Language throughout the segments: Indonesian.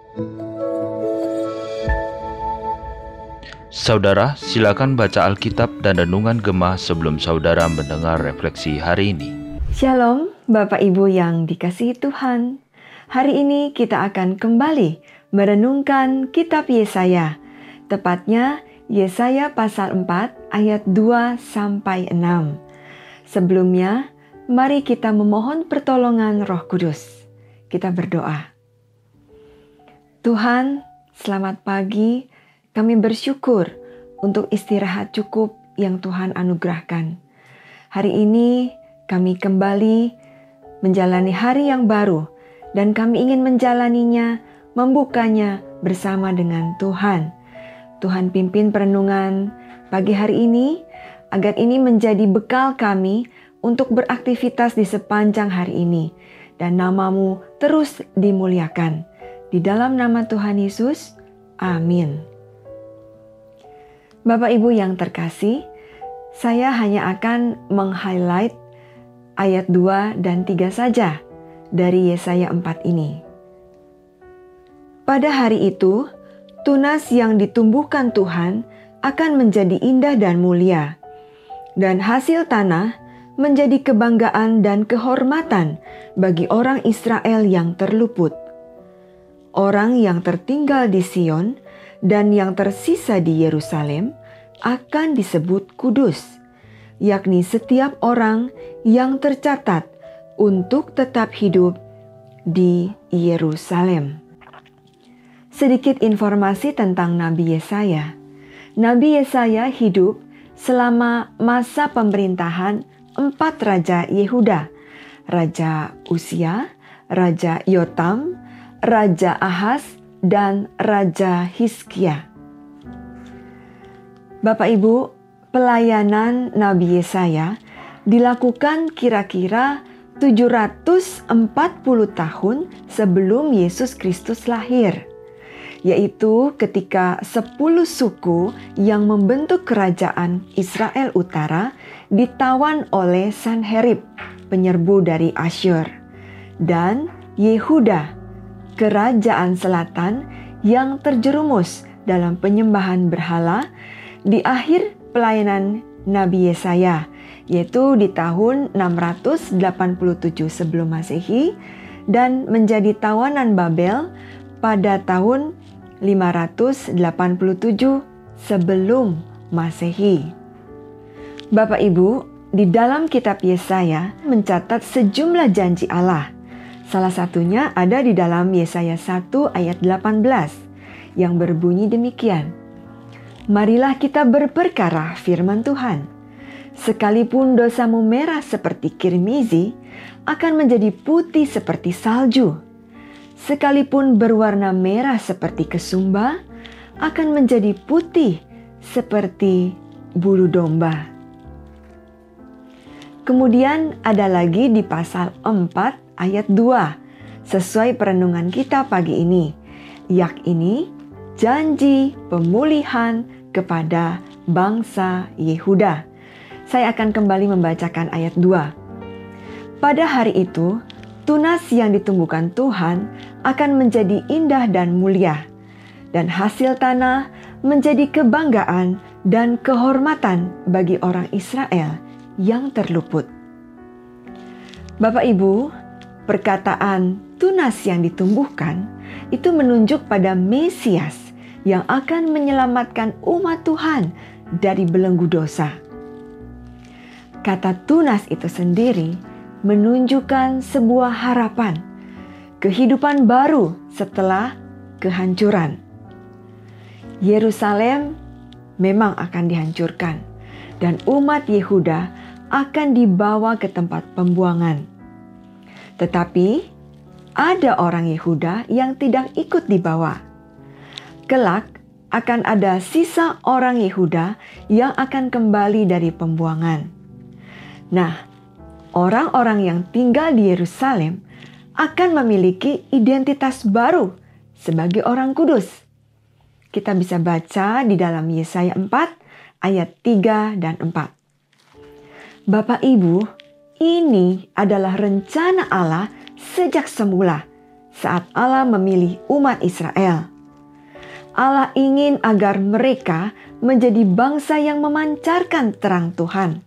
Saudara, silakan baca Alkitab dan Renungan Gemah sebelum saudara mendengar refleksi hari ini. Shalom, Bapak Ibu yang dikasihi Tuhan. Hari ini kita akan kembali merenungkan kitab Yesaya, tepatnya Yesaya pasal 4 ayat 2-6. Sebelumnya, mari kita memohon pertolongan Roh Kudus. Kita berdoa. Tuhan, selamat pagi. Kami bersyukur untuk istirahat cukup yang Tuhan anugerahkan. Hari ini kami kembali menjalani hari yang baru dan kami ingin menjalaninya, membukanya bersama dengan Tuhan. Tuhan pimpin perenungan pagi hari ini agar ini menjadi bekal kami untuk beraktivitas di sepanjang hari ini dan nama-Mu terus dimuliakan. Di dalam nama Tuhan Yesus, amin. Bapak Ibu yang terkasih, saya hanya akan meng-highlight ayat 2 dan 3 saja dari Yesaya 4 ini. Pada hari itu, tunas yang ditumbuhkan Tuhan akan menjadi indah dan mulia, dan hasil tanah menjadi kebanggaan dan kehormatan bagi orang Israel yang terluput. Orang yang tertinggal di Sion dan yang tersisa di Yerusalem akan disebut kudus, yakni setiap orang yang tercatat untuk tetap hidup di Yerusalem. Sedikit informasi tentang Nabi Yesaya. Nabi Yesaya hidup selama masa pemerintahan 4 raja Yehuda, Raja Uzia, Raja Yotam, Raja Ahaz, dan Raja Hizkia. Bapak Ibu, pelayanan Nabi Yesaya dilakukan kira-kira 740 tahun sebelum Yesus Kristus lahir, yaitu ketika 10 suku yang membentuk kerajaan Israel Utara ditawan oleh Sanherib, penyerbu dari Asyur, dan Yehuda, kerajaan selatan yang terjerumus dalam penyembahan berhala di akhir pelayanan Nabi Yesaya, yaitu di tahun 687 sebelum Masehi dan menjadi tawanan Babel pada tahun 587 sebelum Masehi. Bapak Ibu, di dalam kitab Yesaya mencatat sejumlah janji Allah. Salah satunya ada di dalam Yesaya 1 ayat 18 yang berbunyi demikian. Marilah kita berperkara firman Tuhan. Sekalipun dosamu merah seperti kirmizi, akan menjadi putih seperti salju. Sekalipun berwarna merah seperti kesumba, akan menjadi putih seperti bulu domba. Kemudian ada lagi di pasal 4 ayat 2, sesuai perenungan kita pagi ini, yakni janji pemulihan kepada bangsa Yehuda. Saya akan kembali membacakan ayat 2. Pada hari itu, tunas yang ditumbuhkan Tuhan akan menjadi indah dan mulia, dan hasil tanah menjadi kebanggaan dan kehormatan bagi orang Israel yang terluput. Bapak Ibu, perkataan tunas yang ditumbuhkan itu menunjuk pada Mesias yang akan menyelamatkan umat Tuhan dari belenggu dosa. Kata tunas itu sendiri menunjukkan sebuah harapan, kehidupan baru setelah kehancuran. Yerusalem memang akan dihancurkan dan umat Yehuda akan dibawa ke tempat pembuangan. Tetapi ada orang Yehuda yang tidak ikut dibawa. Kelak akan ada sisa orang Yehuda yang akan kembali dari pembuangan. Nah, orang-orang yang tinggal di Yerusalem akan memiliki identitas baru sebagai orang kudus. Kita bisa baca di dalam Yesaya 4 ayat 3 dan 4. Bapak Ibu, ini adalah rencana Allah sejak semula, saat Allah memilih umat Israel. Allah ingin agar mereka menjadi bangsa yang memancarkan terang Tuhan.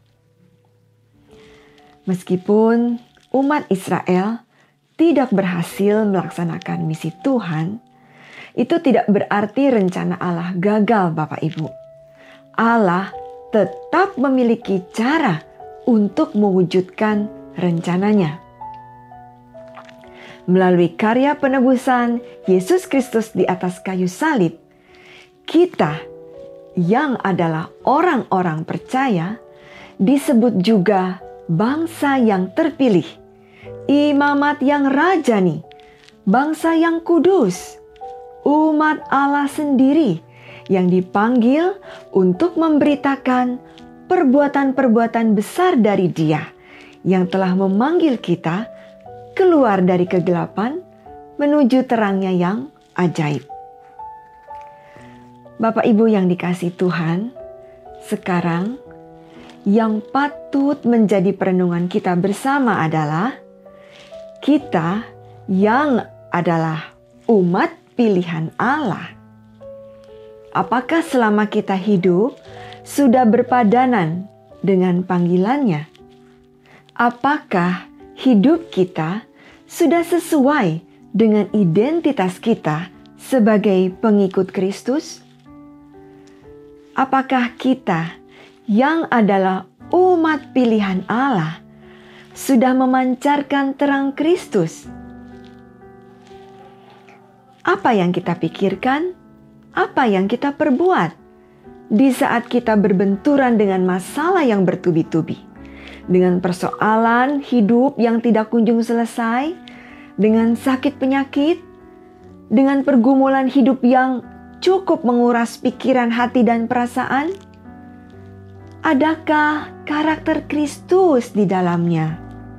Meskipun umat Israel tidak berhasil melaksanakan misi Tuhan, itu tidak berarti rencana Allah gagal, Bapak Ibu. Allah tetap memiliki cara untuk mewujudkan rencananya. Melalui karya penebusan Yesus Kristus di atas kayu salib, kita yang adalah orang-orang percaya disebut juga bangsa yang terpilih, imamat yang rajani, bangsa yang kudus, umat Allah sendiri yang dipanggil untuk memberitakan perbuatan-perbuatan besar dari Dia yang telah memanggil kita keluar dari kegelapan menuju terangnya yang ajaib. Bapak Ibu yang dikasihi Tuhan, sekarang yang patut menjadi perenungan kita bersama adalah kita yang adalah umat pilihan Allah. Apakah selama kita hidup sudah berpadanan dengan panggilannya? Apakah hidup kita sudah sesuai dengan identitas kita sebagai pengikut Kristus? Apakah kita yang adalah umat pilihan Allah sudah memancarkan terang Kristus? Apa yang kita pikirkan? Apa yang kita perbuat di saat kita berbenturan dengan masalah yang bertubi-tubi, dengan persoalan hidup yang tidak kunjung selesai, dengan sakit penyakit, dengan pergumulan hidup yang cukup menguras pikiran, hati, dan perasaan? Adakah karakter Kristus di dalamnya?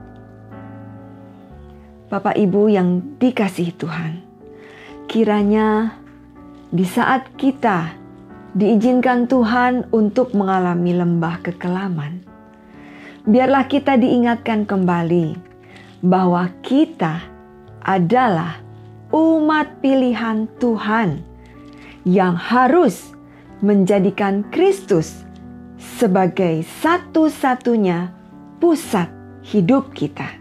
Bapak Ibu yang dikasihi Tuhan, kiranya di saat kita diizinkan Tuhan untuk mengalami lembah kekelaman, biarlah kita diingatkan kembali bahwa kita adalah umat pilihan Tuhan yang harus menjadikan Kristus sebagai satu-satunya pusat hidup kita.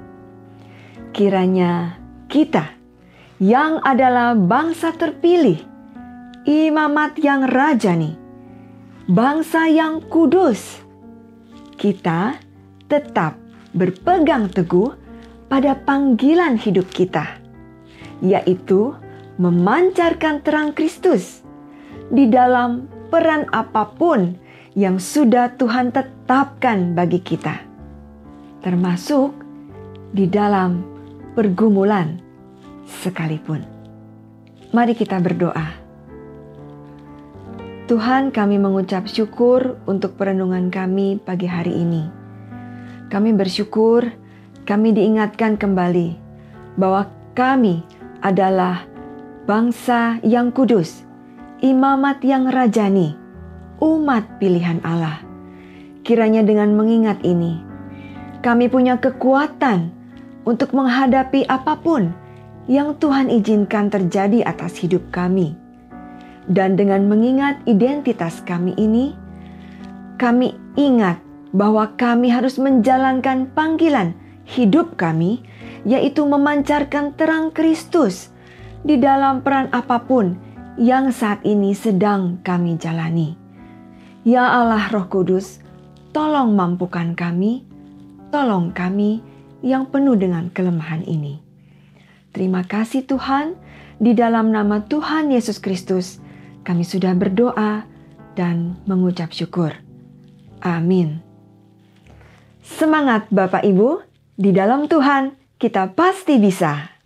Kiranya kita yang adalah bangsa terpilih, imamat yang rajani, bangsa yang kudus, kita tetap berpegang teguh pada panggilan hidup kita, yaitu memancarkan terang Kristus di dalam peran apapun yang sudah Tuhan tetapkan bagi kita, termasuk di dalam pergumulan sekalipun. Mari kita berdoa. Tuhan, kami mengucap syukur untuk perenungan kami pagi hari ini. Kami bersyukur kami diingatkan kembali bahwa kami adalah bangsa yang kudus, imamat yang rajani, umat pilihan Allah. Kiranya dengan mengingat ini, kami punya kekuatan untuk menghadapi apapun yang Tuhan izinkan terjadi atas hidup kami. Dan dengan mengingat identitas kami ini, kami ingat bahwa kami harus menjalankan panggilan hidup kami, yaitu memancarkan terang Kristus di dalam peran apapun yang saat ini sedang kami jalani. Ya Allah Roh Kudus, tolong mampukan kami, tolong kami yang penuh dengan kelemahan ini. Terima kasih Tuhan, di dalam nama Tuhan Yesus Kristus, kami sudah berdoa dan mengucap syukur. Amin. Semangat Bapak Ibu, di dalam Tuhan kita pasti bisa.